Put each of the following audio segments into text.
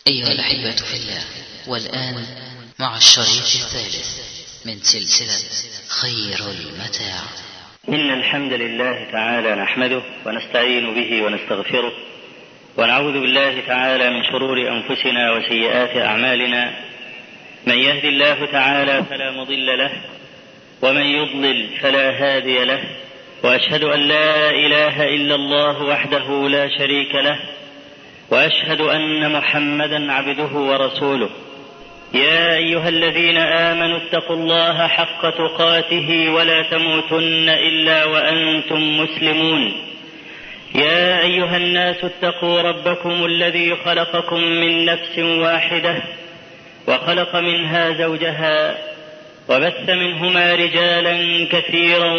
أيها الأحبة في الله، والآن مع الشريط الثالث من سلسلة خير المتاع. إن الحمد لله تعالى نحمده ونستعين به ونستغفره، ونعوذ بالله تعالى من شرور أنفسنا وسيئات أعمالنا. من يهد الله تعالى فلا مضل له، ومن يضلل فلا هادي له، وأشهد أن لا إله إلا الله وحده لا شريك له، وأشهد أن محمدا عبده ورسوله. يا أيها الذين آمنوا اتقوا الله حق تقاته ولا تموتن إلا وأنتم مسلمون. يا أيها الناس اتقوا ربكم الذي خلقكم من نفس واحدة، وخلق منها زوجها، وبث منهما رجالا كثيرا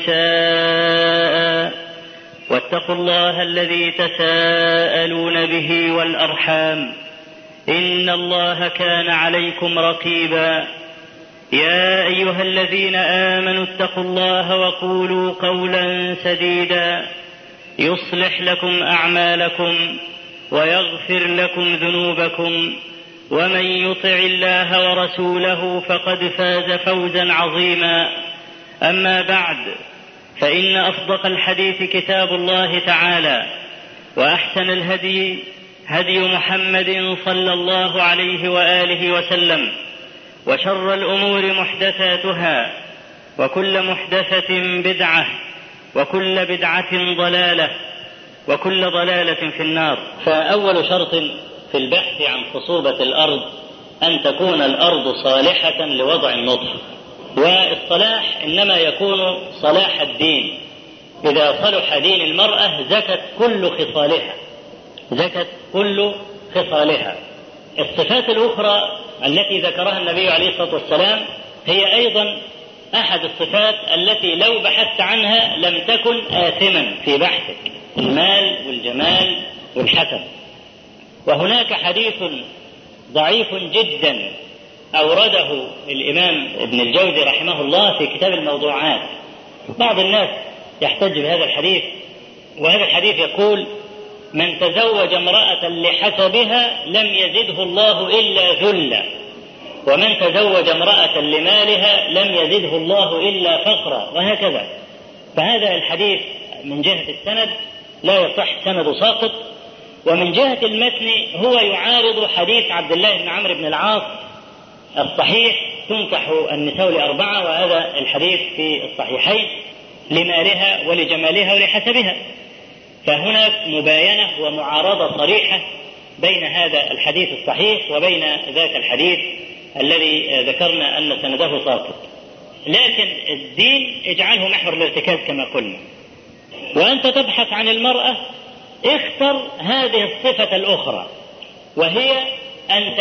ونساء. واتقوا الله الذي تساءلون به والأرحام، إن الله كان عليكم رقيبا. يا أيها الذين آمنوا اتقوا الله وقولوا قولا سديدا يصلح لكم أعمالكم ويغفر لكم ذنوبكم، ومن يطع الله ورسوله فقد فاز فوزا عظيما. أما بعد، فإن أصدق الحديث كتاب الله تعالى، وأحسن الهدي هدي محمد صلى الله عليه وآله وسلم، وشر الأمور محدثاتها، وكل محدثة بدعة، وكل بدعة ضلالة، وكل ضلالة في النار. فأول شرط في البحث عن خصوبة الأرض أن تكون الأرض صالحة لوضع النطف، والصلاح إنما يكون صلاح الدين. إذا صلح دين المرأة زكت كل خصالها. الصفات الأخرى التي ذكرها النبي عليه الصلاة والسلام هي أيضا أحد الصفات التي لو بحثت عنها لم تكن آثما في بحثك: المال والجمال والحسب. وهناك حديث ضعيف جدا أورده الإمام ابن الجوزي رحمه الله في كتاب الموضوعات. بعض الناس يحتج بهذا الحديث، وهذا الحديث يقول: من تزوج امرأة لحسبها لم يزده الله إلا ذلا، ومن تزوج امرأة لمالها لم يزده الله إلا فقرا، وهكذا. فهذا الحديث من جهة السند لا يصح، سند ساقط. ومن جهة المتن هو يعارض حديث عبد الله بن عمرو بن العاص الصحيح: تنكح النساء لأربعة، وهذا الحديث في الصحيحين: لمالها ولجمالها ولحسبها. فهناك مباينة ومعارضة صريحة بين هذا الحديث الصحيح وبين ذاك الحديث الذي ذكرنا أن سنده ساقط. لكن الدين اجعله محور الارتكاز كما قلنا. وأنت تبحث عن المرأة، اختر هذه الصفة الأخرى، وهي أن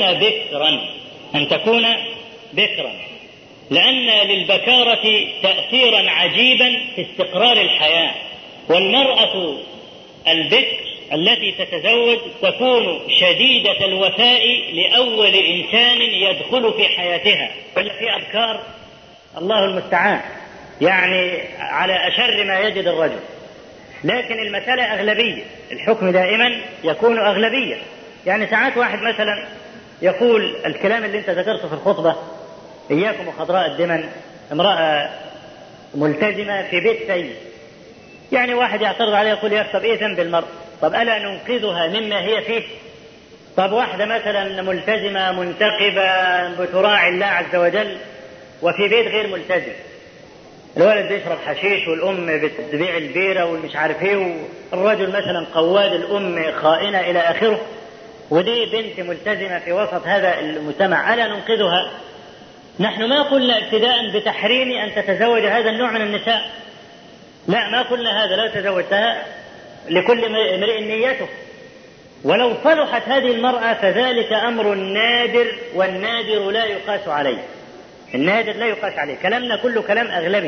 تكون بكرا، لأن للبكارة تأثيرا عجيبا في استقرار الحياة. والمرأة البكر التي تتزوج تكون شديدة الوفاء لأول إنسان يدخل في حياتها، ولا في أبكار الله المستعان، يعني على أشر ما يجد الرجل. لكن المسألة أغلبية، الحكم دائما يكون أغلبية. يعني ساعات واحد مثلا يقول الكلام اللي انت ذكرته في الخطبة: إياكم وخضراء الدمن، امرأة ملتزمة في بيت سيد. يعني واحد يعترض عليه يقول: يا طب إيه ذنب المرأة؟ طب ألا ننقذها مما هي فيه؟ طب واحدة مثلا ملتزمة منتقبة بتراعي الله عز وجل وفي بيت غير ملتزم، الولد بيشرب حشيش والأم بتبيع البيرة والمش عارف ايه، والرجل مثلا قواد، الأم خائنة إلى آخره، ودي بنت ملتزمة في وسط هذا المجتمع، ألا ننقذها؟ نحن ما قلنا ابتداء بتحريم أن تتزوج هذا النوع من النساء، لا، ما قلنا هذا، لو تزوجتها لكل امرئ نيته. ولو صلحت هذه المرأة فذلك أمر نادر، والنادر لا يقاس عليه. النادر لا يقاس عليه. كلامنا كله كلام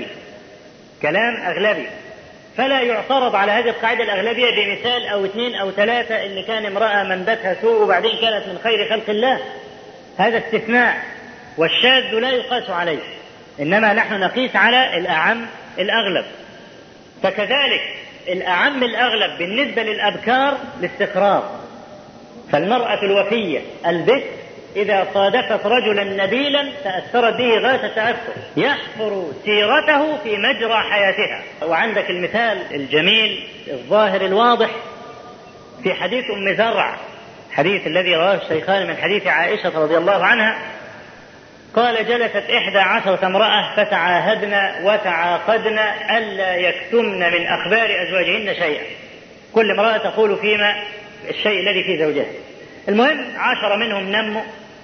أغلبي، فلا يعترض على هذه القاعدة الأغلبية بمثال أو اثنين أو ثلاثة إن كان امرأة منبتها سوء وبعدين كانت من خير خلق الله، هذا استثناء، والشاذ لا يقاس عليه، إنما نحن نقيس على الأعم الأغلب. فكذلك الأعم الأغلب بالنسبة للأبكار الاستقرار، فالمرأة الوفية البكر إذا صادفت رجلا نبيلا تأثرت به غاية التأثر، يحفر سيرته في مجرى حياتها. وعندك المثال الجميل الظاهر الواضح في حديث أم زرع، حديث الذي رواه الشيخان من حديث عائشة رضي الله عنها، قال: جلست 11 امرأة فتعاهدن وتعاقدن ألا يكتمن من أخبار أزواجهن شيئا، كل امرأة تقول فيما الشيء الذي في زوجها. المهم 10 منهم نموا،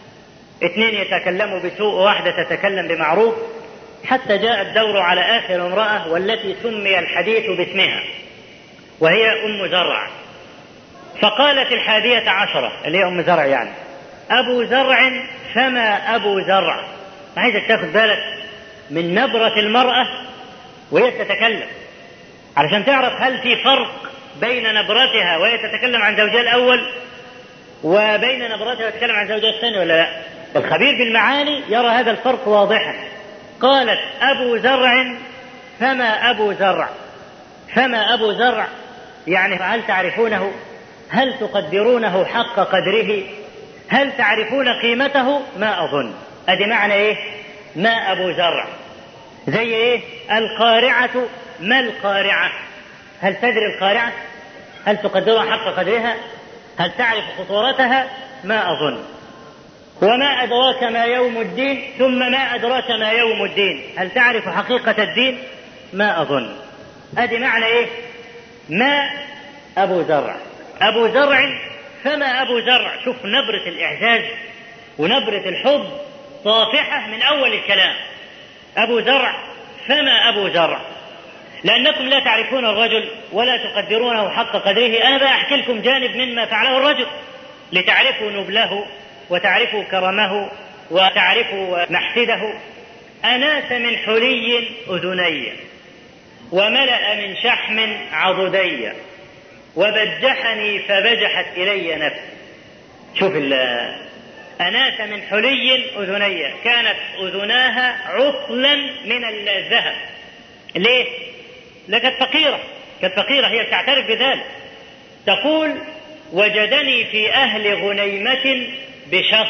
2 يتكلموا بسوء و1 تتكلم بمعروف، حتى جاء الدور على آخر امرأة والتي سمي الحديث باسمها، وهي أم زرع. فقالت 11 اللي هي أم زرع يعني: أبو زرع فما أبو زرع. عايزك تاخد بالك من نبرة المرأة وهي تتكلم علشان تعرف هل في فرق بين نبرتها وهي تتكلم عن زوجها الأول وبين نبرتها وتتكلم عن زوجها الثاني ولا لا. الخبير بالمعاني يرى هذا الفرق واضحا. قالت: أبو زرع فما أبو زرع. فما أبو زرع يعني هل تعرفونه؟ هل تقدرونه حق قدره؟ هل تعرفون قيمته؟ ما أظن. أدي معنى إيه؟ ما أبو زرع. زي إيه؟ القارعة. ما القارعة؟ هل تدري القارعة؟ هل تقدرها حق قدرها؟ هل تعرف خطورتها؟ ما أظن. وما أدراك ما يوم الدين، ثم ما أدراك ما يوم الدين، هل تعرف حقيقة الدين؟ ما أظن. أدي معنى إيه؟ ما أبو زرع. أبو زرع فما أبو زرع. شوف نبرة الإعجاز ونبرة الحب صافحة من أول الكلام. أبو زرع فما أبو زرع، لأنكم لا تعرفون الرجل ولا تقدرونه حق قدره. أنا بأحكي لكم جانب مما فعله الرجل لتعرفوا نبله وتعرفوا كرمه وتعرفوا محسده. أناس من حلي أذني وملأ من شحم عضدي وبجحني فبجحت إلي نفسي. شوف أناس من حلي أذني، كانت أذناها عطلا من الذهب. ليه؟ لكانت فقيرة، كانت فقيرة، هي بتعترف بذلك. تقول: وجدني في أهل غنيمة بشط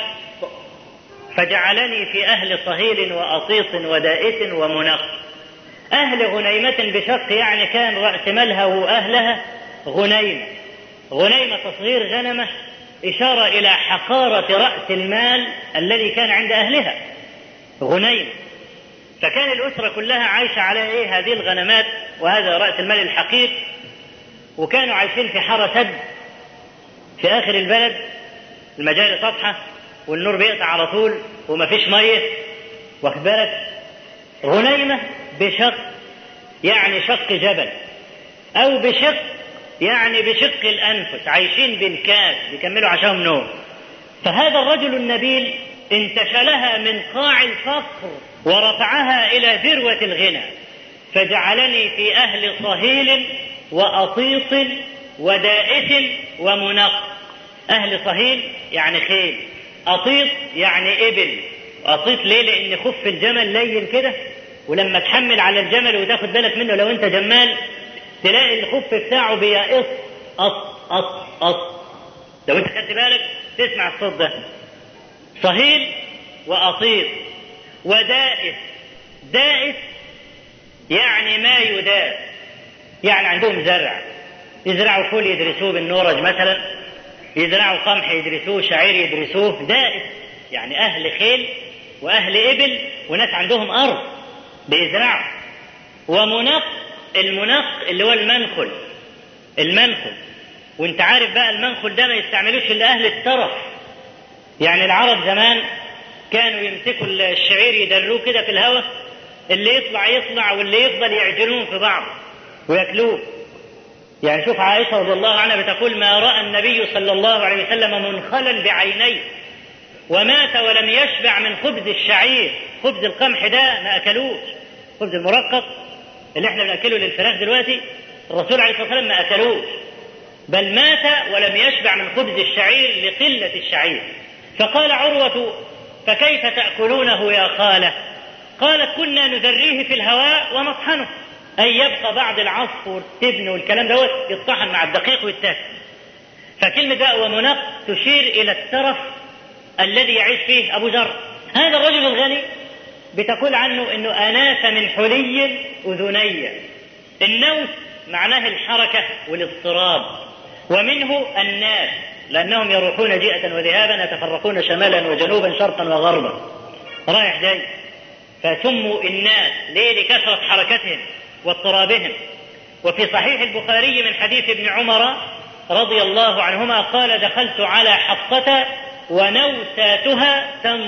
فجعلني في أهل صهيل وأطيط ودائس ومنق. أهل غنيمة بشط يعني كان رأس مالها وأهلها غنيمة. غنيمة تصغير غنمة، إشارة إلى حقارة رأس المال الذي كان عند أهلها غنيمة. فكان الأسرة كلها عايشة على إيه؟ هذه الغنمات وهذا رأس المال الحقير. وكانوا عايشين في حارة سد في آخر البلد، المجاري سطحة والنور بيقطع على طول وما فيش مية، واخد بالك؟ غنيمة بشق يعني شق جبل، أو بشق يعني بشق الأنفس، عايشين بالكاس بيكملوا عشان نوم. فهذا الرجل النبيل انتشلها من قاع الفقر ورفعها إلى ذروة الغنى، فجعلني في أهل صهيل وأطيط ودائس ومنق. أهل صهيل يعني خيل، أطيط يعني إبل. أطيط ليه؟ لأن خف الجمل لين كده، ولما تحمل على الجمل وتاخد بالك منه لو أنت جمال تلاقي الخف بتاعه بيقص قص. لو أنت خدت بالك تسمع الصوت ده. صهيل وأطيط ودائس. دائس يعني ما يداس، يعني عندهم زرع، يزرعوا فول يدرسوه بالنورج مثلا، يزرعوا قمح يدرسوه، شعير يدرسوه. دائس يعني أهل خيل وأهل إبل وناس عندهم أرض بيزرعوا. ومنق، المنق اللي هو المنخل. المنخل، وانت عارف بقى المنخل ده ما يستعملوش إلا أهل الترف. يعني العرب زمان كانوا يمسكوا الشعير يدروه كده في الهواء، اللي يطلع واللي يفضل يعجنوه في بعض ويأكلوه. يعني شوف عائشة رضي الله عنها بتقول: ما رأى النبي صلى الله عليه وسلم منخلا بعينيه ومات ولم يشبع من خبز الشعير. خبز القمح ده ما أكلوش، خبز المرقق اللي احنا بنأكله للفراخ دلوقتي الرسول عليه الصلاة والسلام ما أكلوش، بل مات ولم يشبع من خبز الشعير لقلة الشعير. فقال عروة: فكيف تأكلونه يا خالة؟ قالت: كنا نذريه في الهواء ونطحنه، أي يبقى بعد العصف والتبن والكلام دوت يطحن مع الدقيق والتاكل. فكلمة بقى ومنق تشير إلى الترف الذي يعيش فيه أبو ذر. هذا الرجل الغني بتقول عنه إنه أناس من حلي أذني. النوس معناه الحركة والاضطراب، ومنه الناس لأنهم يروحون جيئة وذهابا، يتفرقون شمالا وجنوبا شرقا وغربا، رايح جاي، فسموا الناس ليه؟ لكثرة حركتهم واضطرابهم. وفي صحيح البخاري من حديث ابن عمر رضي الله عنهما قال: دخلت على حفصة ونوساتها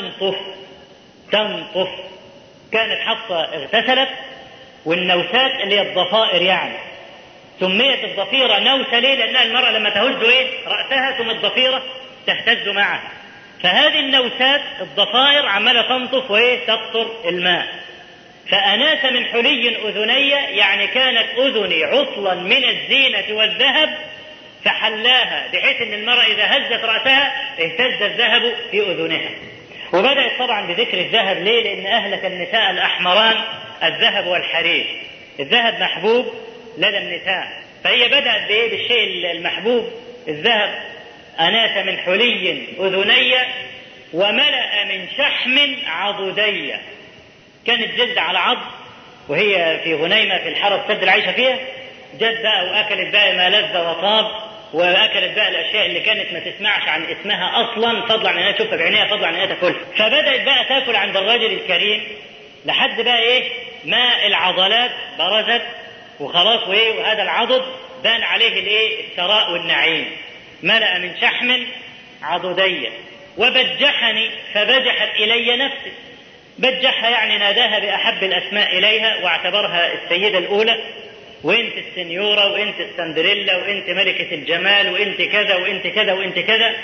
تنطف. كانت حفصة اغتسلت، والنوسات اللي هي الضفائر يعني، سميت الضفيرة نوسة ليه؟ لأنها المرأة لما تهز رأسها ثم الضفيرة تهتز معها، فهذه النوسات الضفائر عمالة تنطف تقطر الماء. فأناس من حلي أذني يعني كانت أذني عطلا من الزينة والذهب فحلاها، بحيث أن المرأة إذا هزت رأسها اهتز الذهب في أذنها. وبدأت طبعا بذكر الذهب ليه؟ لأن أهلك النساء الأحمران الذهب والحرير. الذهب محبوب لدى النساء، فهي بدأت بالشيء المحبوب الذهب. أناس من حلي أذني وملأ من شحم عضدي. كانت جد على عض وهي في غنيمة في الحرب سد العيشة فيها، جد بقى وأكلت بقى ما لذ وطاب، وأكلت بقى الأشياء اللي كانت ما تسمعش عن اسمها أصلا، فضلا عن أنها تشوفها بعينيها، فضلا عن أنها تاكلها. فبدأت بقى تاكل عند الرجل الكريم لحد بقى ما العضلات برزت وخلاص، وهذا العضد بان عليه الثراء والنعيم. ملأ من شحم عضدي وبجحني فبجحت إلي نفسي. بجحها يعني ناداها بأحب الأسماء إليها واعتبرها السيدة الأولى، وانت السنيورة وانت السندريلا وانت ملكة الجمال وانت كذا وانت كذا وانت كذا.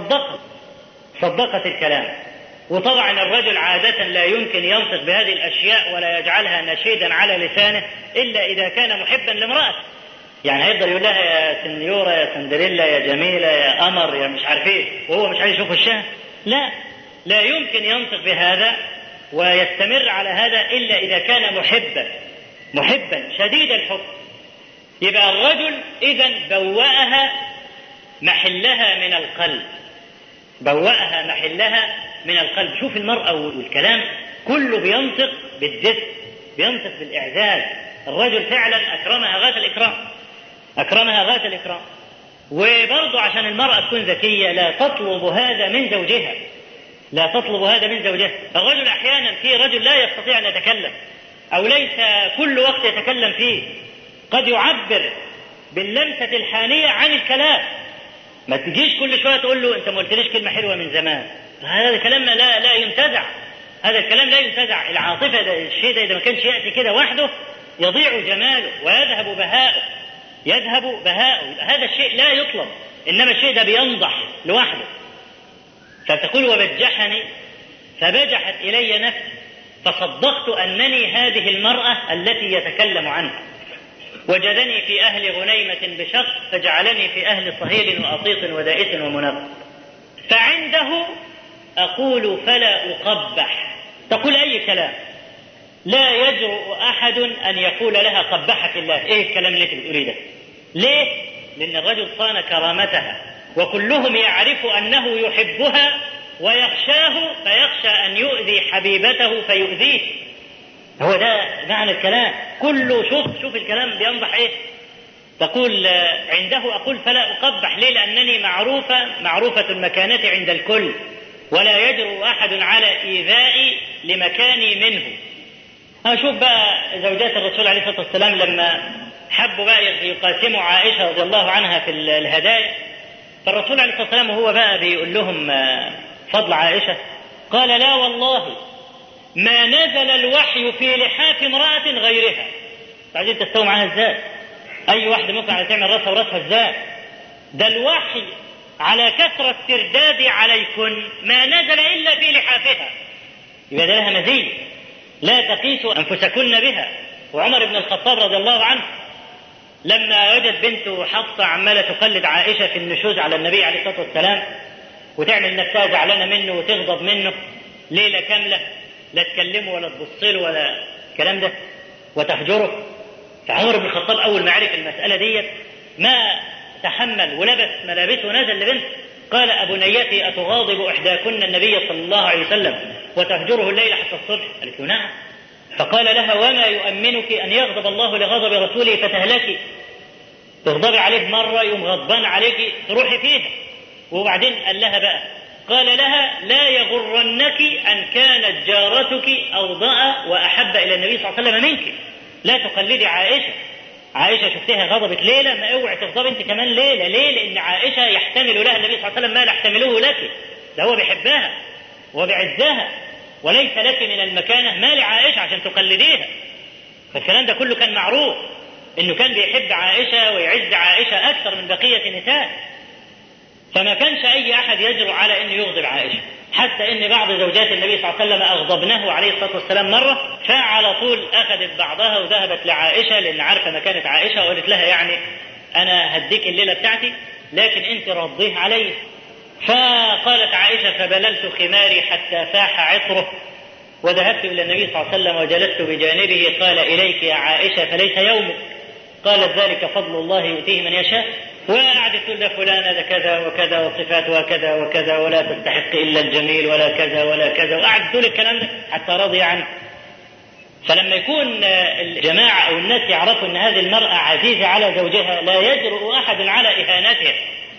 صدقت الكلام. وطبعا الرجل عادة لا يمكن ينطق بهذه الأشياء ولا يجعلها نشيدا على لسانه إلا إذا كان محبا لامرأته. يعني هيفضل يقول لها يا سنيورة يا سندريلا يا جميلة يا قمر يا مش عارف ايه وهو مش عايز يشوف وشها؟ لا يمكن ينطق بهذا ويستمر على هذا إلا إذا كان محبا شديد الحب. يبقى الرجل إذن بوأها محلها من القلب. شوف المرأة والكلام كله بينطق بالدفء، بينطق بالإعزاز. الرجل فعلا أكرمها غاية الإكرام. وبرضو عشان المرأة تكون ذكية لا تطلب هذا من زوجها. الرجل أحيانا في رجل لا يستطيع أن يتكلم أو ليس كل وقت يتكلم فيه، قد يعبر باللمسة الحانية عن الكلام. ما تجيش كل شوية تقول له أنت ما قلتليش كلمة حلوة من زمان. هذا الكلام لا ينتزع. العاطفة ده الشيء ده إذا ما كانش يأتي كده وحده يضيع جماله ويذهب بهاؤه. هذا الشيء لا يطلب، إنما الشيء ده بينضح لوحده. فتقول وبجحني فبجحت إلي نفسي فصدقت أنني هذه المرأة التي يتكلم عنها. وجدني في أهل غنيمة بشق فجعلني في أهل صهيل وأطيط ودائس ومنق. فعنده أقول فلا أقبح. تقول أي كلام، لا يجرؤ أحد أن يقول لها قبحك الله. إيه الكلام اللي بتقوليه ده؟ ليه؟ لأن الرجل صان كرامتها، وكلهم يعرف أنه يحبها ويخشاه فيخشى أن يؤذي حبيبته فيؤذيه. هو ده معنى الكلام كله. شوف الكلام بينضح إيه. تقول عنده أقول فلا أقبح. ليه؟ لأنني معروفة المكانة عند الكل، ولا يجرؤ أحد على إيذائي لمكاني منه. أشوف بقى زوجات الرسول عليه الصلاة والسلام لما حبوا بقى يقاسموا عائشة رضي الله عنها في الهدايا، فالرسول عليه الصلاة والسلام وهو بقى بيقول لهم فضل عائشة قال لا والله ما نزل الوحي في لحاف امرأة غيرها. عايزين تستووا معاها ازاي؟ أي واحدة ممكن تعمل رأسها ورأسها ازاي؟ ده الوحي على كثرة ترداد عليكن ما نزل إلا في لحافها. يبقى ده لها مزيد، لا تقيسوا أنفسكن بها. وعمر بن الخطاب رضي الله عنه لما وجد بنته حفصة عمالة تقلد عائشة في النشوز على النبي عليه الصلاة والسلام وتعمل نفسها زعلانة منه وتغضب منه ليلة كاملة، لا تكلمه ولا تبصله ولا الكلام ده وتهجره. فعمر بن الخطاب أول ما عرف المسألة ديت ما تحمل ولبس ملابسه ونزل لبنته. قال: أبنيتي أتغاضب إحداكن النبي صلى الله عليه وسلم وتهجره الليل حتى الصبح؟ قالت له: نعم. فقال لها: وما يؤمنك أن يغضب الله لغضب رسوله فتهلكي؟ تغضبي عليه مرة يوم غضبان عليك تروحي فيها. وبعدين قال لها بقى، قال لها: لا يغرنك أن كانت جارتك أوضأ وأحب إلى النبي صلى الله عليه وسلم منك. لا تقلدي عائشة. عائشة شفتها غضبت ليلة، ما اوعي تغضبي انت كمان ليلة. ليه؟ لأن عائشة يحتمل لها النبي صلى الله عليه وسلم ما لا يحتمله لك. ده هو بيحبها وبيعزها، وليس لك من المكانة ما لعائشة عشان تقلديها. فالكلام ده كله كان معروف انه كان بيحب عائشة ويعز عائشة أكثر من بقية النساء. فما كانش أي أحد يجرؤ على أنه يغضب عائشة، حتى أن بعض زوجات النبي صلى الله عليه وسلم أغضبنه عليه الصلاة والسلام مرة، فعلى طول أخذت بعضها وذهبت لعائشة لأن عارفة مكانة عائشة، وقالت لها: يعني أنا هديك الليلة بتاعتي لكن أنت رضيه علي. فقالت عائشة: فبللت خماري حتى فاح عطره وذهبت إلى النبي صلى الله عليه وسلم وجلست بجانبه. قال: إليك يا عائشة فليس يومك. قالت: ذلك فضل الله يؤتيه من يشاء. وقعدت تقول ده فلانة ده كذا وكذا وصفاتها كذا وكذا ولا تستحق إلا الجميل ولا كذا ولا كذا، وقعدت تقول الكلام ده حتى رضي عنه. فلما يكون الجماعة أو الناس يعرفوا أن هذه المرأة عزيزة على زوجها لا يجرؤ أحد على إهانتها.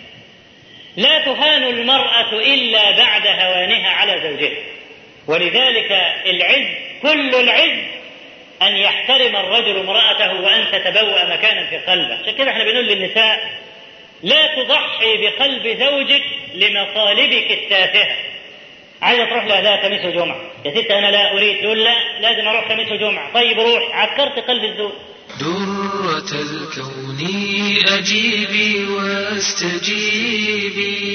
لا تهان المرأة إلا بعد هوانها على زوجها. ولذلك العز، كل العز أن يحترم الرجل امرأته وأن تتبوأ مكانا في قلبه. عشان كده احنا بنقول للنساء: لا تضحي بقلب زوجك لمطالبك التافهة. عايزة تروح لها خميس وجمعة، يا ست أنا لا أريد، تقول: لا لازم أروح خميس وجمعة. طيب روح، عكرت قلب الزوج. درة الكون أجيبي واستجيبي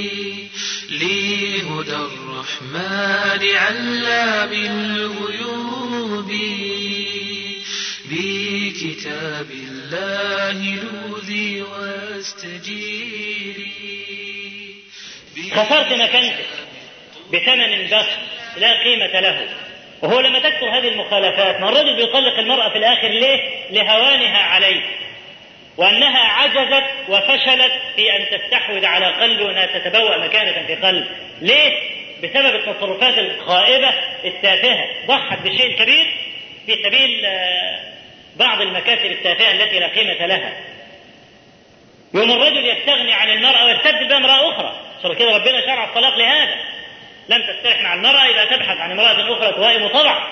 لهدى الرحمن علام الغيوب، بكتاب الله لوذي واستجيري. خسرت مكانتك بثمن بخس لا قيمة له. وهو لما تكثر هذه المخالفات، ما الرجل بيطلق المرأة في الآخر ليه؟ لهوانها عليه، وأنها عجزت وفشلت في أن تستحوذ على قلبه وأنها تتبوأ مكانة في قلب. ليه؟ بسبب التصرفات الخائبة التافهة. ضحت بشيء كبير في سبيل بعض المكاسب التافهة التي لا قيمة لها. يوم الرجل يستغني عن المرأة ويستبدل بها امرأة أخرى. عشان كده ربنا شرع الطلاق لهذا. لم تسترح مع المرأة إذا تبحث عن امرأة أخرى توائم طبعا.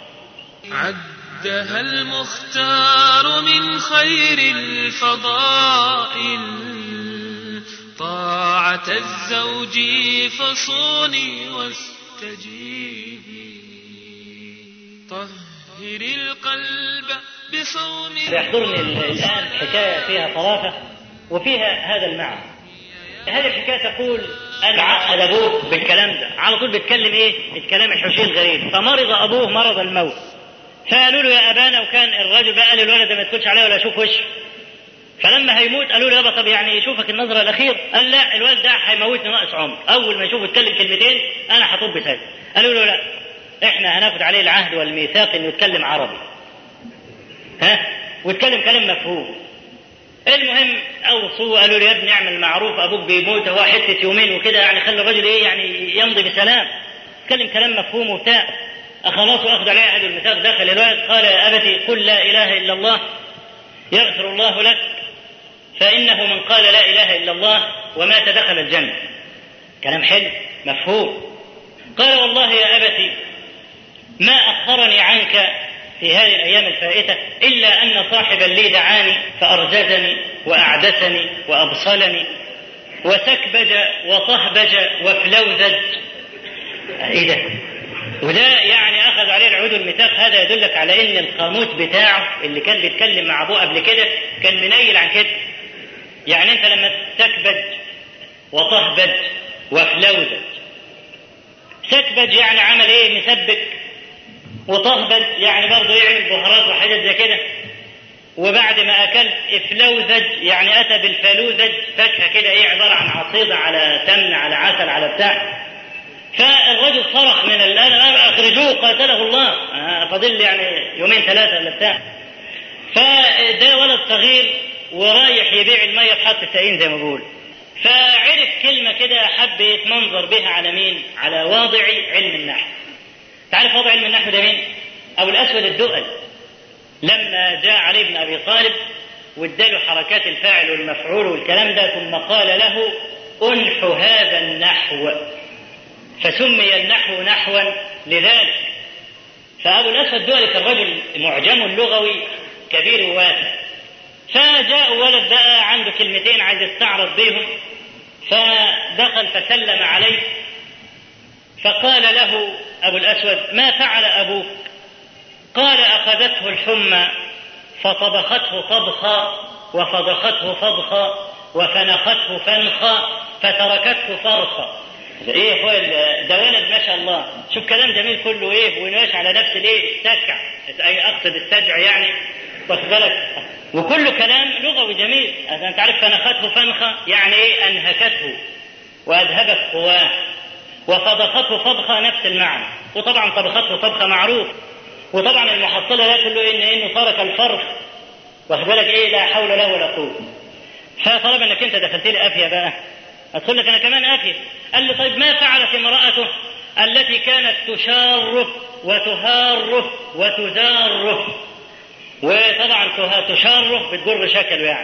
عدها المختار من خير الفضائل طاعة الزوج فصوني واستجيبي، طهر القلب بصوم. يحضرني الآن حكاية فيها طرافة وفيها هذا المعنى. هذه الحكاية تقول: أنا عقد أبوه بالكلام ده، على طول بيتكلم إيه؟ الكلام الحشي الغريب. فمرض أبوه مرض الموت، فقالوا له: يا أبانا، وكان الرجل بقى للولد ما تدخلش عليه ولا يشوف وشه. فلما هيموت قالوا له: يابا طب يعني يشوفك النظرة الأخير؟ قال: لا، الولد ده هيموتني ناقص عمر، أول ما يشوفه يتكلم كلمتين أنا هطب بسجن. قالوا له: لا، إحنا هناخد عليه العهد والميثاق إنه يتكلم عربي، ويتكلم كلام مفهوم. المهم اوصوا، قالوا له: يا ابني اعمل معروف، ابوك بيموت، هو حته يومين وكده، يعني خلي الرجل ايه يعني يمضي بسلام، يتكلم كلام مفهوم وبتاع. خلاص واخد عليه عهد الميثاق. دخل الولد قال: يا ابتي قل لا اله الا الله يغفر الله لك، فانه من قال لا اله الا الله ومات دخل الجنه. كلام حلو مفهوم. قال: والله يا ابتي ما اخرني عنك في هذه الأيام الفائتة إلا أن صاحبا لي دعاني فأرجزني وأعدسني وأبصلني وسكبج وطهبج وفلوذج. إيه ده؟ وده يعني أخذ عليه العهد والميثاق. هذا يدلك على إن القاموس بتاعه اللي كان بيتكلم مع أبوه قبل كده كان منيل عن كده. يعني أنت لما تسكبج وطهبج وفلوذج، سكبج يعني عمل إيه؟ مسبك. وطهبج يعني برضه يعمل بهارات وحاجات زي كده. وبعد ما أكلت افلوذج يعني أتى بالفلوذج، فاكهة كده إيه، عبارة عن عصيدة على سمن على عسل على بتاع. فالرجل صرخ من الآن: أخرجوه قاتله الله، فضل يعني يومين ثلاثة ولا بتاع. فده ولد صغير ورايح يبيع المية بحط التقين زي ما بقول. فعرف كلمة كده حب يتمنظر بها على مين؟ على واضع علم النحو. تعرف واضع علم النحو ده مين؟ أبو الأسود الدؤل، لما جاء علي بن أبي طالب واداله حركات الفاعل والمفعول والكلام ده، ثم قال له أنح هذا النحو، فسمي النحو نحوا لذلك. فأبو الأسود الدؤل كان رجل معجم لغوي كبير وواسع، فجاء ولد بقى عنده كلمتين عايز يستعرض بهم، فدخل فسلم عليه، فقال له أبو الأسود ما فعل أبوك؟ قال أخذته الحمى فطبخته طبخا وفضخته فضخا وفنخته فنخا فتركته فرخا. ايه هو ده ولد ما شاء الله، شوف كلام جميل كله ايه ونماشي على نفس الايه السجع، اي اقصد السجع يعني، واخد بالك، وكله كلام لغوي جميل. انت عارف فنخته فنخا يعني ايه؟ انهكته وأذهبت قواه. وفضخته فضخة نفس المعنى. وطبعا طبخته طبخة معروف. وطبعا المحصلة لا تقول له إنه ترك الفرخ، واخد بالك إيه؟ لا حول له ولا قوة. فطلب إنك أنت دخلت لي أفيا بقى، أدخل لك أنا كمان أفيا. قال له طيب ما فعلت امرأته التي كانت تشاره وتهاره وتزاره؟ وطبعا تشاره بتجر شكله يعني،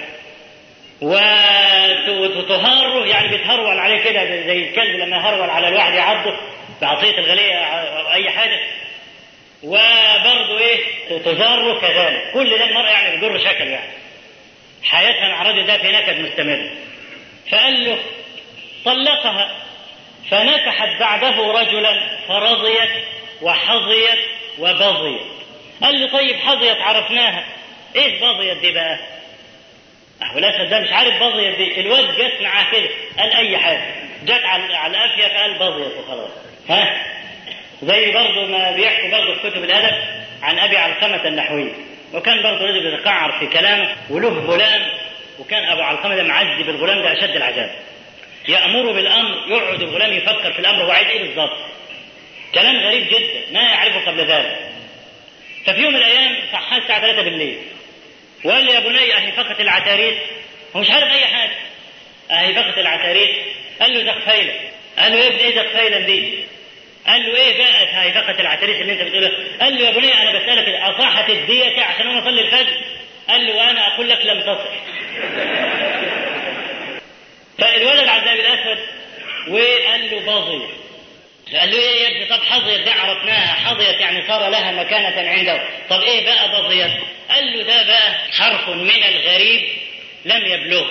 وتهاره يعني بتهرول عليه كده زي الكلب لما يهرول على الواحد يعضه بعصية الغلية أو أي حاجة. وبرضه إيه تزاره كذلك. كل ده المرأة يعني بتجر شكله يعني، حياتها مع الرجل ده في نكد مستمر. فقال له طلقها فنكحت بعده رجلا فرضيت وحظيت وبضيت. قال له طيب حظيت عرفناها، ايه بضيت دي بقى؟ الأسد ده مش عارف بضيت دي، الواد جت معاه كده قال اي حاجه، جت على الافيه فقال بضيت وخلاص. ها زي برضه ما بيحكوا برضه في كتب الادب عن ابي علقمه النحوي، وكان برضه رجل بيتقعر في كلامه وله غلام، وكان ابو علقمه ده معذب الغلام ده اشد العذاب، يأمر بالامر يقعد الغلام يفكر في الامر وعايز ايه بالظبط، كلام غريب جدا ما يعرفه قبل ذلك. ففي يوم من الايام صحى الساعه 3 بالليل وقال لي يا بني اهي فقط العتاريس، هو مش عارف اي حاجه، اهي فقط العتاريس. قال له زقفيله. قال له يا ابني ايه زقفيله دي؟ قال له ايه بقى هاي فقط العتاريس اللي انت بتقوله؟ قال له يا بني انا بسالك اصاحت الديه عشان انا اصلي الفجر؟ قال له وانا اقول لك لم تصح. فالولد عبد الاسود وقال له باظيه. قال له ايه يا ابني؟ طب حظيت دي عرفناها، حظيت يعني صار لها مكانة عنده، طب ايه بقى بظيت؟ قال له ده بقى حرف من الغريب لم يبلغ.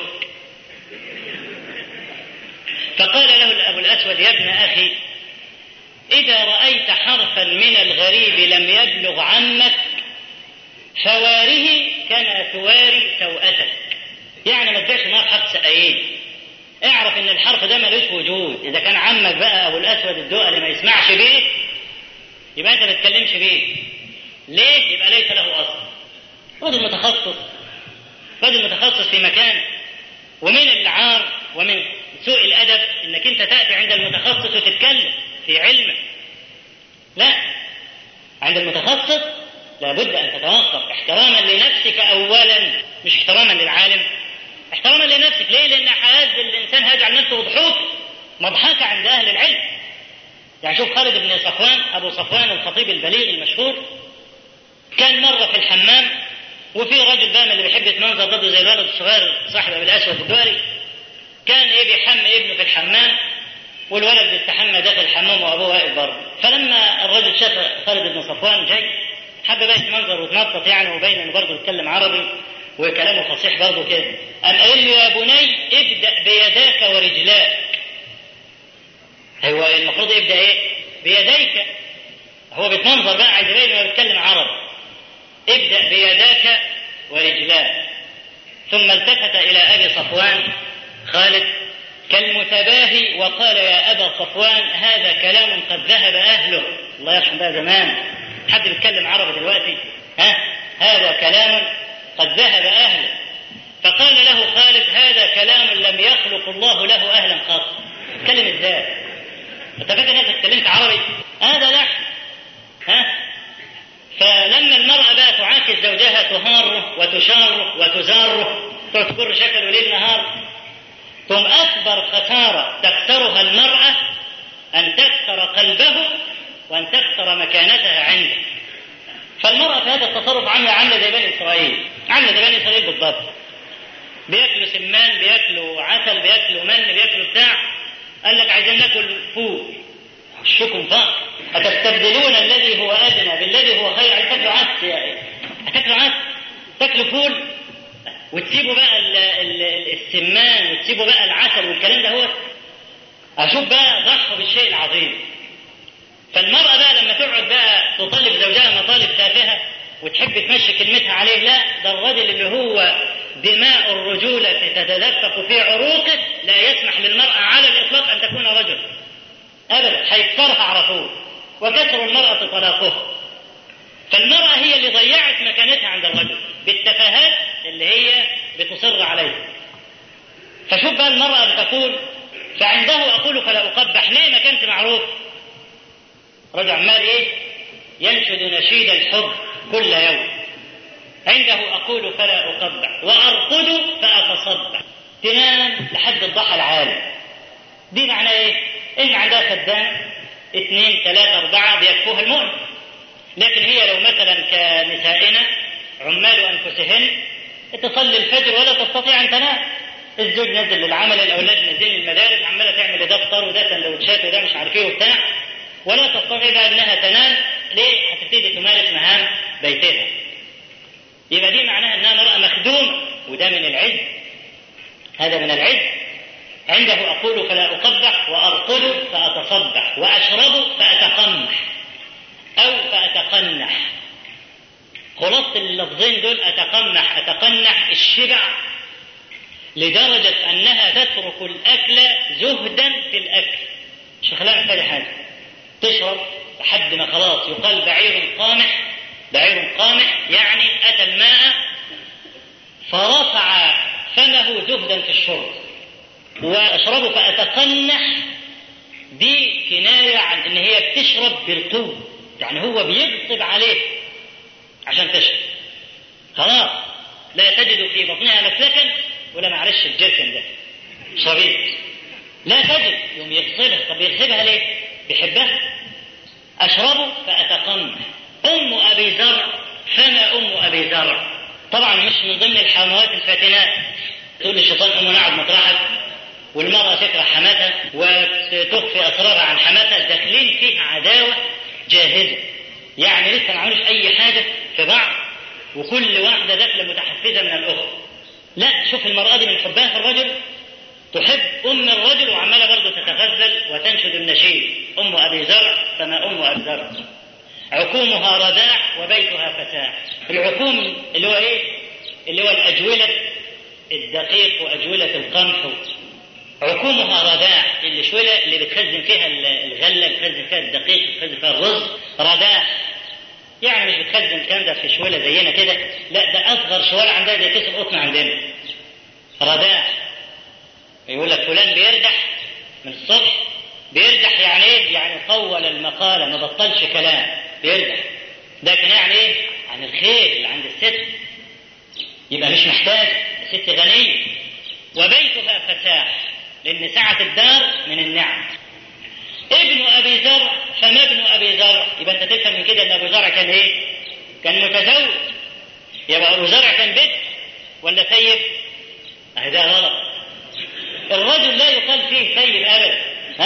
فقال له ابو الاسود يا ابن اخي اذا رأيت حرفا من الغريب لم يبلغ عمك فواره كما تواري سوءتك، يعني ما تدعش نار حق سقايين، اعرف ان الحرف ده ملوش وجود. اذا كان عمك بقى ابو الاسود الدؤلي ما يسمعش بيه يبقى انت ما تتكلمش بيه. ليه؟ يبقى ليس له اصل. رجل متخصص، رجل متخصص في مكان. ومن العار ومن سوء الادب انك انت تاتي عند المتخصص وتتكلم في علمه. لا، عند المتخصص لابد ان تتوقف احتراما لنفسك اولا، مش احتراما للعالم، احتراما لنفسك. ليه؟ لان حياة الانسان هيجعل نفسه ضحوك مضحكة عند اهل العلم. يعني شوف خالد بن صفوان ابو صفوان الخطيب البليغ المشهور، كان مرة في الحمام وفي رجل بقى من اللي بيحب يتمنظر ضده زي الولد الصغير صاحب ابي الاسود الدؤلي، كان ايه بيحمي ابنه في الحمام والولد بيستحمى داخل الحمام وابوه واقف بره. فلما الرجل شاف خالد بن صفوان جاي حب بقى يتمنظر ويتنطط يعني، وبين انه برضه يتكلم عربي وكلامه فصيح برضه كده، قام قال له يا بني ابدأ بيداك ورجلاك. هو المفروض يبدأ ايه؟ بيديك. هو بيتمنظر بقى عايز يبين انه بيتكلم عربي. ابدأ بيداك ورجلاك. ثم التفت الى ابي صفوان خالد كالمتباهي وقال يا ابا صفوان هذا كلام قد ذهب اهله. الله يرحم بقى زمان، حد بيتكلم عربي دلوقتي؟ هذا كلام قد ذهب أهله. فقال له خالد هذا كلام لم يخلق الله له أهلا قط. تتكلم ازاي؟ انت فاكر انك اتكلمت عربي؟ هذا لحن. فلما المرأة بقى تعاكس زوجها تهاره وتشاره وتزاره تقعد تكر شكله ليل نهار. ثم أكبر خسارة تخسرها المرأة أن تخسر قلبه وأن تخسر مكانتها عنده. فالمرأة في هذا التصرف عاملة زي بني إسرائيل، عاملة زي بني إسرائيل بالضبط. بياكلوا سمان، بياكلوا عسل، بياكلوا من، بياكلوا بتاع. قال لك عايزين ناكل فول، وشكم فقر. أتستبدلون الذي هو أدنى بالذي هو خير؟ هتاكلوا عدس يا أخي، هتاكلوا عدس، تاكلوا فول وتسيبوا بقى السمان وتسيبوا بقى العسل والكلام ده. هو أشوف بقى ضحوا بالشيء العظيم. فالمرأة بقى لما تقعد بقى تطالب زوجها مطالب تافهة وتحب تمشي كلمتها عليه، لا، ده الرجل اللي هو دماء الرجولة تتدفق في عروقه لا يسمح للمرأة على الإطلاق أن تكون رجل أبدا، هيكسرها على طول. وكسر المرأة طلاقها. فالمرأة هي اللي ضيعت مكانتها عند الرجل بالتفاهات اللي هي بتصر عليها. فشوف بقى المرأة بتقول فعنده أقول فلا أقبح. ليه ما كانت معروف؟ رجل عمال إيه؟ ينشد نشيد الحب كل يوم. عنده أقول فلا أقبح وأرقد فأتصبح. تنام لحد الضحى العالي. دي معناه إيه؟ إن عندها خدام 2 3 4 بيكفوها المؤن. لكن هي لو مثلا كنسائنا عمال أنفسهن تصلي الفجر ولا تستطيع أن تنام. الزوج نزل للعمل، الأولاد نزل للمدارس، عمالة تعمل ده فطار وده سندوتشات وده مش عارف ايه وبتاع، ولا تستطيع بقى انها تنام. ليه؟ هتبتدي تمارس مهام بيتها. يبقى دي معناها انها امرأة مخدومة، وده من العز. هذا من العز. عنده أقول فلا أقبح وأرقد فأتصبح وأشرب فأتقمح أو فأتقنح. خلاصة اللفظين دول أتقمح أتقنح الشبع لدرجة أنها تترك الأكل زهدا في الأكل، مش خلاها محتاجة حاجة، تشرب لحد ما خلاص يقال بعير قامح. بعير قامح يعني أتى الماء فرفع فمه زهدا في الشرب. وأشرب فأتقنح دي كناية عن إن هي بتشرب بالقوة، يعني هو بيغصب عليه عشان تشرب. خلاص لا تجد في بطنها مسلكا ولا معرفش الجركن ده شريط، لا تجد، يوم يغصبها. طب يغصبها ليه؟ بيحبها. أشرب فأتقنح. أم أبي زرع فما أم أبي زرع. طبعا مش من ضمن الحموات الفاتنات. تقول الشيطان أم نعد مطرحك، والمرأة تكره حماتها وتخفي أسرارها عن حماتها. داخلين فيها عداوة جاهزة، يعني لسه ما عملوش أي حاجة في بعض، وكل واحدة داخلة متحفزة من الأخرى. لا، شوف المرأة دي من حبها في الرجل تحب أم الرجل وعمالة برضه تتغزل وتنشد النشيد. أم أبي زرع فما أم أبي زرع. عكومها رداع وبيتها فساح. العكوم اللي هو إيه؟ اللي هو الأجولة الدقيق وأجولة القمح. عكومها رداع، الشولة اللي بتخزن فيها الغلة، بتخزن فيها الدقيق، بتخزن فيها الرز. رداع يعني مش بتخزن الكلام ده في شوالة زينا كده، لا، ده أصغر شوالة عندها زي كيس القطن عندنا. رداع. يقول لك فلان بيردح من الصبح. بيردح يعني ايه؟ يعني طول المقالة، ما بطلش كلام، بيردح. ده كان يعني ايه؟ عن الخير اللي عند الست. يبقى مش محتاج، الست غنية. وبيتها فساح، لأن سعة الدار من النعم. ابن أبي زرع فما ابن أبي زرع. يبقى أنت تفهم من كده أن أبو زرع كان إيه؟ كان متزوج. يبقى أبو زرع كان بكر ولا ثيب؟ ده غلط. الرجل لا يقال فيه ثيب أبدا.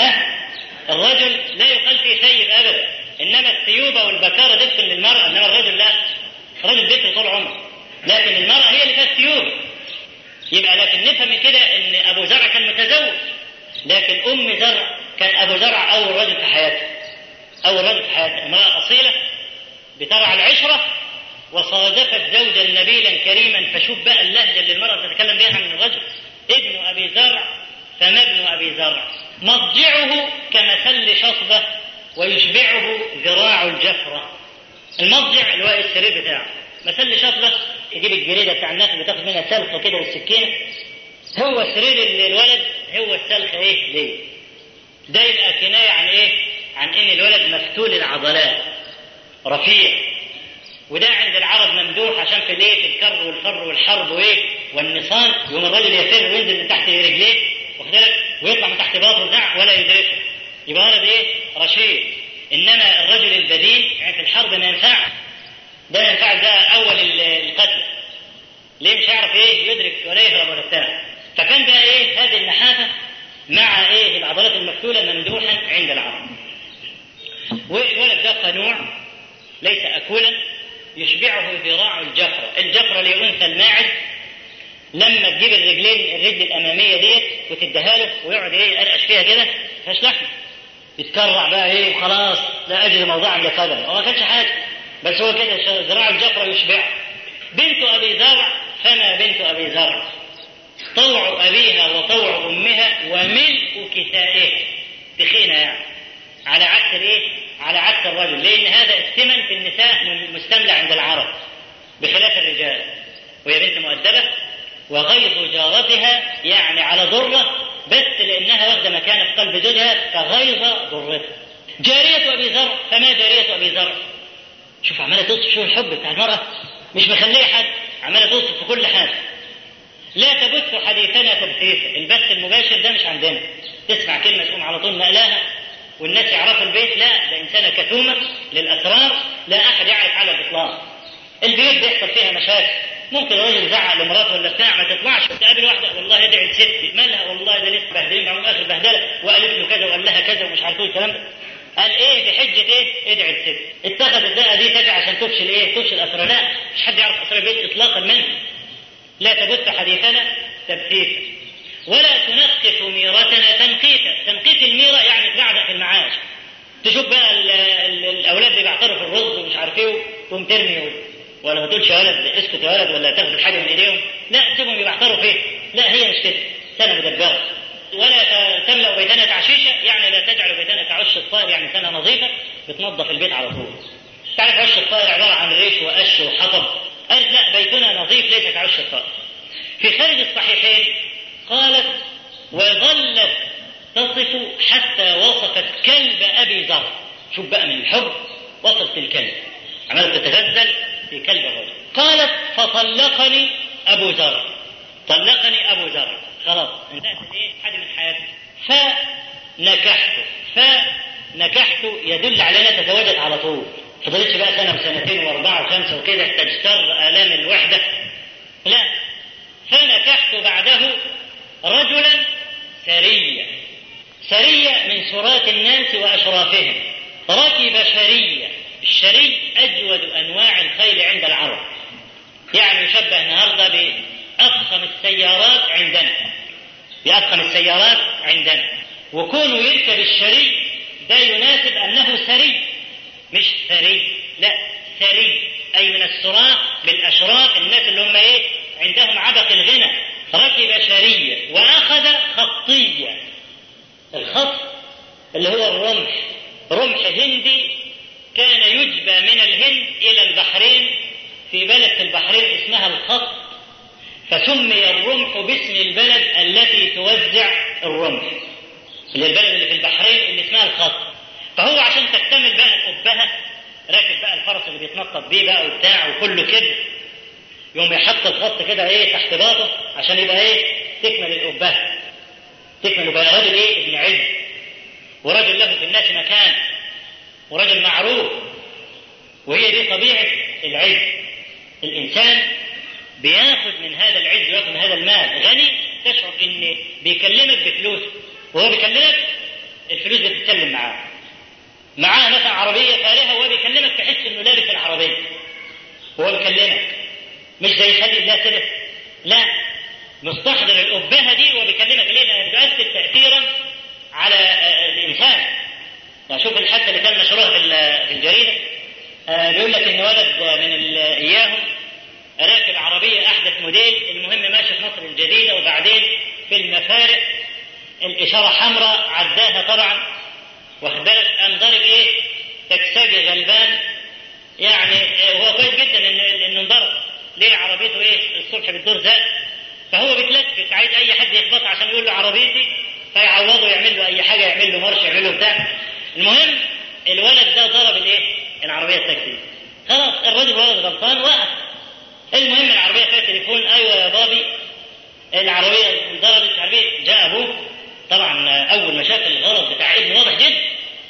الرجل لا يقال فيه ثيب أبدا، إنما الثيوبة والبكارة تدخل للمرأة، إنما الرجل لا. الرجل بكر طول عمره، لكن المرأة هي اللي فيها الثيوبة. يبقى لكن نفهم من كده ان ابو زرع كان متزوج، لكن ام زرع كان ابو زرع اول رجل في حياته. اول رجل في حياته، امرأة اصيلة بترعى العشرة وصادفت زوجا نبيلا كريما. فشوف بقى اللهجة اللي المرأة تتكلم بها عن الرجل. ابن ابي زرع فما ابن ابي زرع. مضجعه كمثل شصبة ويشبعه ذراع الجفرة. المضجع اللي هو السرير بتاعه، مثل شصبة تجيب الجريدة بتاع الناس اللي بتاخد منها سلخة كده والسكينة، هو سرير الولد هو السلخة ايه ليه. ده يبقى كناية عن ايه؟ عن ان الولد مفتول العضلات رفيع. وده عند العرب ممدوح عشان في الايه؟ في الكر والفر والحرب وايه والنصان، يوم الرجل يفر وينزل من تحت رجليه ويطلع من تحت باطه ولا يدركه، يبقى ولد رشيد. انما الرجل البديل يعني في الحرب ما ينفع، ده ما ينفع، ده اول القتل، ليه مش هيعرف يدرك ولا يهرب ولا بتاع. فكان بقى هذه النحافه مع العضلات المفتوله ممدوحا عند العرب. والولد ده قنوع ليس اكولا، يشبعه ذراع الجفره. الجفره لانثى الماعز لما تجيب الرجل الاماميه ديت وتديها له ويقعد يرقش فيها كده مفيهاش لحم، يتكرع بقى وخلاص لا اجد موضعا لقدم، هو ما كانش حاجه، بس هو كده ذراع الجفره يشبع. بنت ابي زرع فما بنت ابي زرع، طوع ابيها وطوع امها وملء كسائها، تخينه يعني، على عكس على عكس الرجل، لان هذا الثمن في النساء مستملع عند العرب بخلاف الرجال. وهي بنت مؤدبه وغيظ جارتها يعني على ضره، بس لانها واخده مكانه في قلب زوجها كغيظ ضرتها. جاريه ابي زرع فما جاريه ابي زرع، شوف عماله توصف، شوف الحب بتاع المراه مش مخليه حد، عماله توصف في كل حاجه. لا تبث حديثنا تبثيثا، البث المباشر ده مش عندنا، تسمع كلمه تقوم على طول نقلاها والناس يعرفوا البيت، لا ده انسانه كتومه للاسرار لا احد يعرف على الاطلاق. البيوت بيحصل فيها مشاكل، ممكن الراجل يزعق لمراته ولا بتاع ما تطلعش تقابل واحده والله ادعي لستي، مالها والله ده لسه بهدلين معهم اخر بهدله وقالت له كذا وقال لها كذا ومش عارف الكلام ده، قال بحجه ادعي لستي. اتخذ الدقه دي تجي عشان تفشل تفشل اسرار، لا مش حد يعرف اسرار البيت اطلاقا منه. لا تبث حديثنا تبثيثا ولا تنقص ميرتنا تنقيثا. تنقيث الميره يعني تبعزق في المعاش، تشوف بقى الاولاد اللي بيعترفوا في الرز ومش عارف تقوم ترمي ولا ما تقولش يا ولد اسكت يا ولد ولا تاخد الحاجه من ايديهم، لا سيبهم يبعتروا فيه، لا هي مش كده، سنه مدبره. ولا تملا بيتنا تعشيشه يعني لا تجعل بيتنا كعش الطائر، يعني سنه نظيفه بتنظف البيت على طول. تعرف عش الطائر عباره عن ريش وقش وحطب، قالت لا بيتنا نظيف ليس كعش الطائر. في خارج الصحيحين قالت وظلت تصف حتى وصفت كلب ابي زرع، شوف بقى من الحب وصفت الكلب، عملت تتغزل في كلب الرجل. قالت فطلقني ابو زرع، طلقني ابو زرع، خلاص انتهت حاجه من حياتي. فنكحته يدل على انها تزوجت على طول، فضلتش بقى سنه وسنتين واربعه وخمسه وكده تجتر الام الوحده، لا. فنكحت بعده رجلا سريا، سرية من سرات الناس واشرافهم، ركب شرية. الشري اجود انواع الخيل عند العرب، يعني يشبه النهارده بافخم السيارات عندنا، بافخم السيارات عندنا. وكونه يركب الشري ده يناسب انه سري، مش ثري، لا سري، اي من السراء بالاشراف، الناس اللي هم عندهم عبق الغنى. ركب شرية واخذ خطية، الخط اللي هو الرمح، رمح هندي كان يجبى من الهند الى البحرين، في بلد في البحرين اسمها الخط، فسمي الرمح باسم البلد التي توزع الرمح، اللي البلد اللي في البحرين اللي اسمها الخط. فهو عشان تكتمل بقى الأبهة راكب بقى الفرس اللي بيتنطط بيه بقى وبتاع وكله كده، يوم يحط الخط كده تحت باطه عشان يبقى تكمل الأبهة، تكمل بقى رجل ابن عز، ورجل له في الناس مكان، ورجل معروف. وهي دي طبيعة العز، الإنسان بياخذ من هذا العز وياخذ من هذا المال. غني تشعر إن بيكلمك بفلوس، وهو بيكلمك الفلوس بتتكلم معاه مثلا عربية فارهة وهو بيكلمك تحس إنه لابس العربية وهو بيكلمك، مش زي خلي الله سلف، لا مستحضر الأبهة دي وهو بيكلمك، لأنها بتؤثر تأثيرا على الإنسان. يعني شوف الحادثة اللي كان مشروع في الجريدة، بيقول لك إن ولد من إياهم راكب عربية أحدث موديل، المهم ماشي في مصر الجديدة، وبعدين في المفارق الإشارة حمراء عداها طبعا، واخد بالك، قام ضارب تكساجي غلبان، يعني هو كويس جدا إنه انضرب، ليه عربيته الصبح بتدور زق، فهو بيتلكك عايز أي حد يخبط عشان يقول له عربيتي، فيعوضه يعمل له أي حاجة، يعمل له مرش، يعمل له بتاع. المهم الولد ده ضرب العربية التاكسي، خلاص الراجل ولد غلطان وقف. المهم العربية فيها تليفون، أيوة يا بابي العربية انضربت عربية، جاء أبوه طبعا أول مشاكل الغلط بتاع ابنه واضح جدا،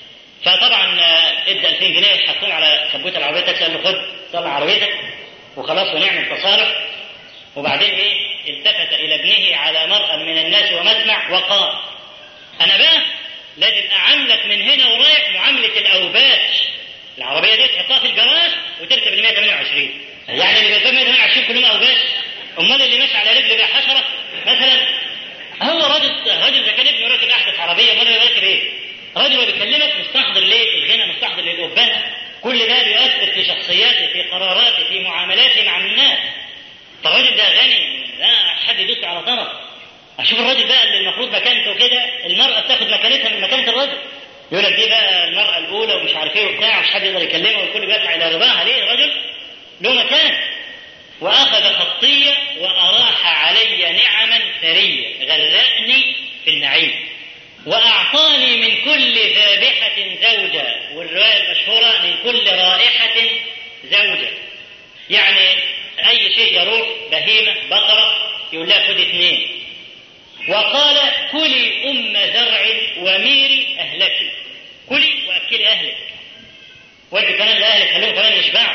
فطبعا ادى 2000 جنيه حطهم على كبوت العربية، قال له خد طلع عربيتك وخلاص ونعمل تصالح. وبعدين التفت إلى ابنه على مرأى من الناس ومسمع وقال أنا بقى لازم أعاملك من هنا ورايح معاملة الأوباش، العربية دي تحطها في الجراج وتركب ال 128، يعني اللي بيركب 128 كلهم أوباش، أمال اللي ماشي على رجل بقى حشرة مثلا. هو راجل إذا كان ابنه راكب أحدث عربية أمال راكب إيه؟ راجل بيكلمك مستحضر ليه الغنى، مستحضر للأوبان، كل ده بيؤثر في شخصياته، في قراراته، في معاملاته مع الناس. فالراجل ده غني، لا حد يدوس على طرف. أشوف الراجل بقى اللي المفروض مكانته كده، المرأة تاخد مكانتها من مكانة الراجل، يقول لك دي بقى المرأة الأولى ومش عارف إيه وبتاع، مش حد يقدر يكلمها والكل بيسعى إلى رضاها. ليه؟ الرجل له مكان. وأخذ خطية وأراح علي نعما ثرية، غرقني في النعيم، وأعطاني من كل ذابحة زوجة، والرواية المشهورة من كل رائحة زوجة، يعني أي شيء يروح بهيمة بقرة يقول لها خد 2. وقال كلي زرع وميري أهلك، كلي وأكلي أهلك، ودي كمان لأهلك خلوهم كمان يشبعوا.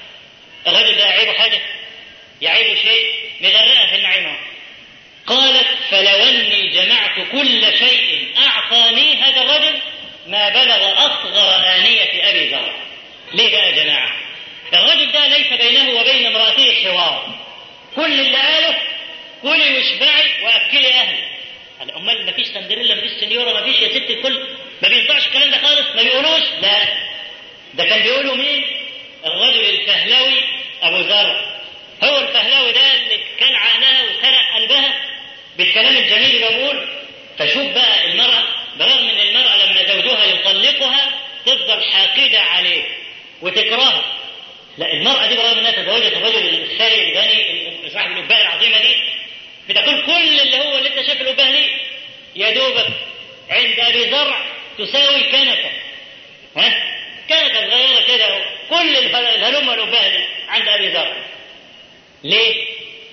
الرجل ده يعيبه حاجة؟ يعيبه شيء؟ مغرقها في النعيم. قالت فلو أني جمعت كل شيء أعطاني هذا الرجل ما بلغ أصغر آنية أبي زرع. ليه بقى يا جماعة؟ الرجل ده ليس بينه وبين امرأته حوار، كل اللي قاله كلي واشبعي وأكلي أهلي. أمال ما فيش سندريلا، ما فيش سنيورة، ما فيش يا ست الكل، ما بينفعش الكلام ده خالص، ما بيقولوش؟ لا، ده كان بيقولوا مين؟ الرجل الفهلوي أبو زرع. هو الفهلاوي ده اللي كان عقلها وسرق قلبها بالكلام الجميل اللي بقول. فشوف بقى المرأة، برغم ان المرأة لما زوجها يطلقها تفضل حاقدة عليه وتكرهها، لا المرأة دي برغم انها تزوجت الرجل الثري الغني صاحب الأبهة العظيمة دي، بتقول كل اللي هو اللي انت شايف الأبهة دي يا دوبك عند أبي زرع تساوي كنكة، كنكة صغيرة كده، كل الهلمة الأبهة دي عند أبي زرع. ليه؟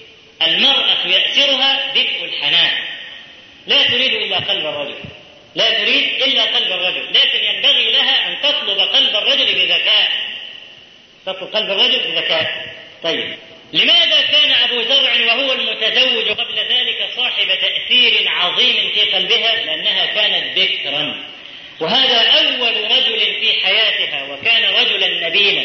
المرأة يأسرها دفء الحنان، لا تريد إلا قلب الرجل، لا تريد إلا قلب الرجل، لكن ينبغي لها أن تطلب قلب الرجل بذكاء، تطلب قلب الرجل بذكاء. طيب لماذا كان أبو زرع وهو المتزوج قبل ذلك صاحب تأثير عظيم في قلبها؟ لأنها كانت بكرا، وهذا أول رجل في حياتها، وكان رجلا نبيلا،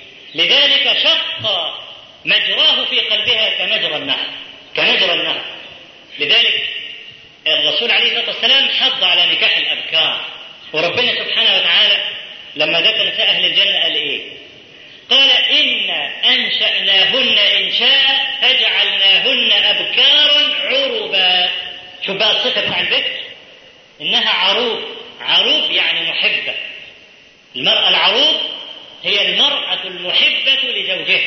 لذلك شق مجراه في قلبها كمجرى النهر، كمجرى النهر. لذلك الرسول عليه الصلاة والسلام حض على نكاح الأبكار، وربنا سبحانه وتعالى لما ذكر نساء أهل الجنة قال إيه؟ قال إنا أنشأناهن إنشاء فجعلناهن أبكارا عربا. شوف بقى الصفة بتاع البكر، إنها عروب، عروب يعني محبة. المرأة العروب هي المرأة المحبة لزوجها،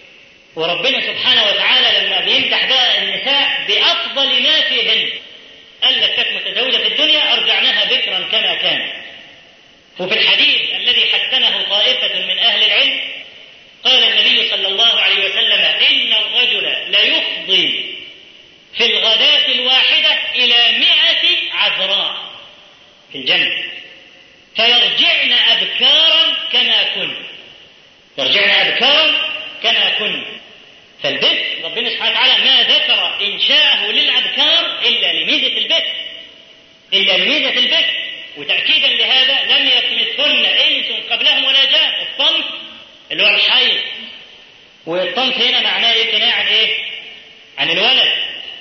وربنا سبحانه وتعالى لما بيمدح بقى النساء بأفضل ما فيهن قال لك كانت متزوجة في الدنيا أرجعناها بكرا كما كانت. وفي الحديث الذي حسنه طائفة من أهل العلم قال النبي صلى الله عليه وسلم إن الرجل ليفضي في الغداة الواحدة إلى 100 عذراء في الجنة فيرجعن أبكارا كما كن، يرجعن أبكارا كما كن. فالبكر ربنا سبحانه وتعالى ما ذكر إنشاءه للأبكار إلا لميزة البكر، إلا لميزة البكر. وتأكيدا لهذا لم يطمثهن إنس قبلهم ولا جان. الطمث اللي هو الحيض، والطمث هنا معناه إيه؟ كناية عن إيه؟ عن الولد،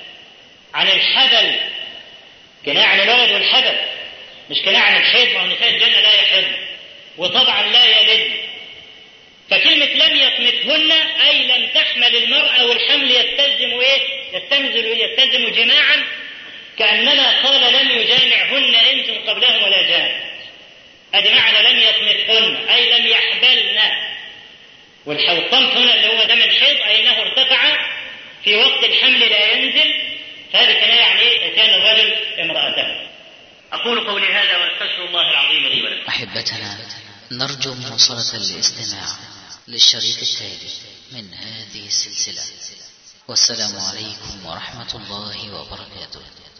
عن الحبل، كناية عن الولد والحبل، مش كناية عن الحيض. ما هو نساء الجنة لا يحضن وطبعا لا يلد. فكلمة لم يطمثهن أي لم تحمل المرأة، والحمل يستلزم إيه؟ يستلزم جماعا، كأنما قال لم يجامعهن إنس قبلهم ولا جان. هذا معنى لم يطمثهن أي لم يحبلن. والطمث هنا اللي هو دم الحيض أي أنه ارتفع في وقت الحمل لا ينزل، فهذه كناية عن إيه؟ كان الرجل امرأته. أقول قولي هذا وأستغفر الله العظيم لي ولكم. أحبتنا، نرجو مواصلة الاستماع للشريط التالي من هذه السلسلة. والسلام عليكم ورحمة الله وبركاته.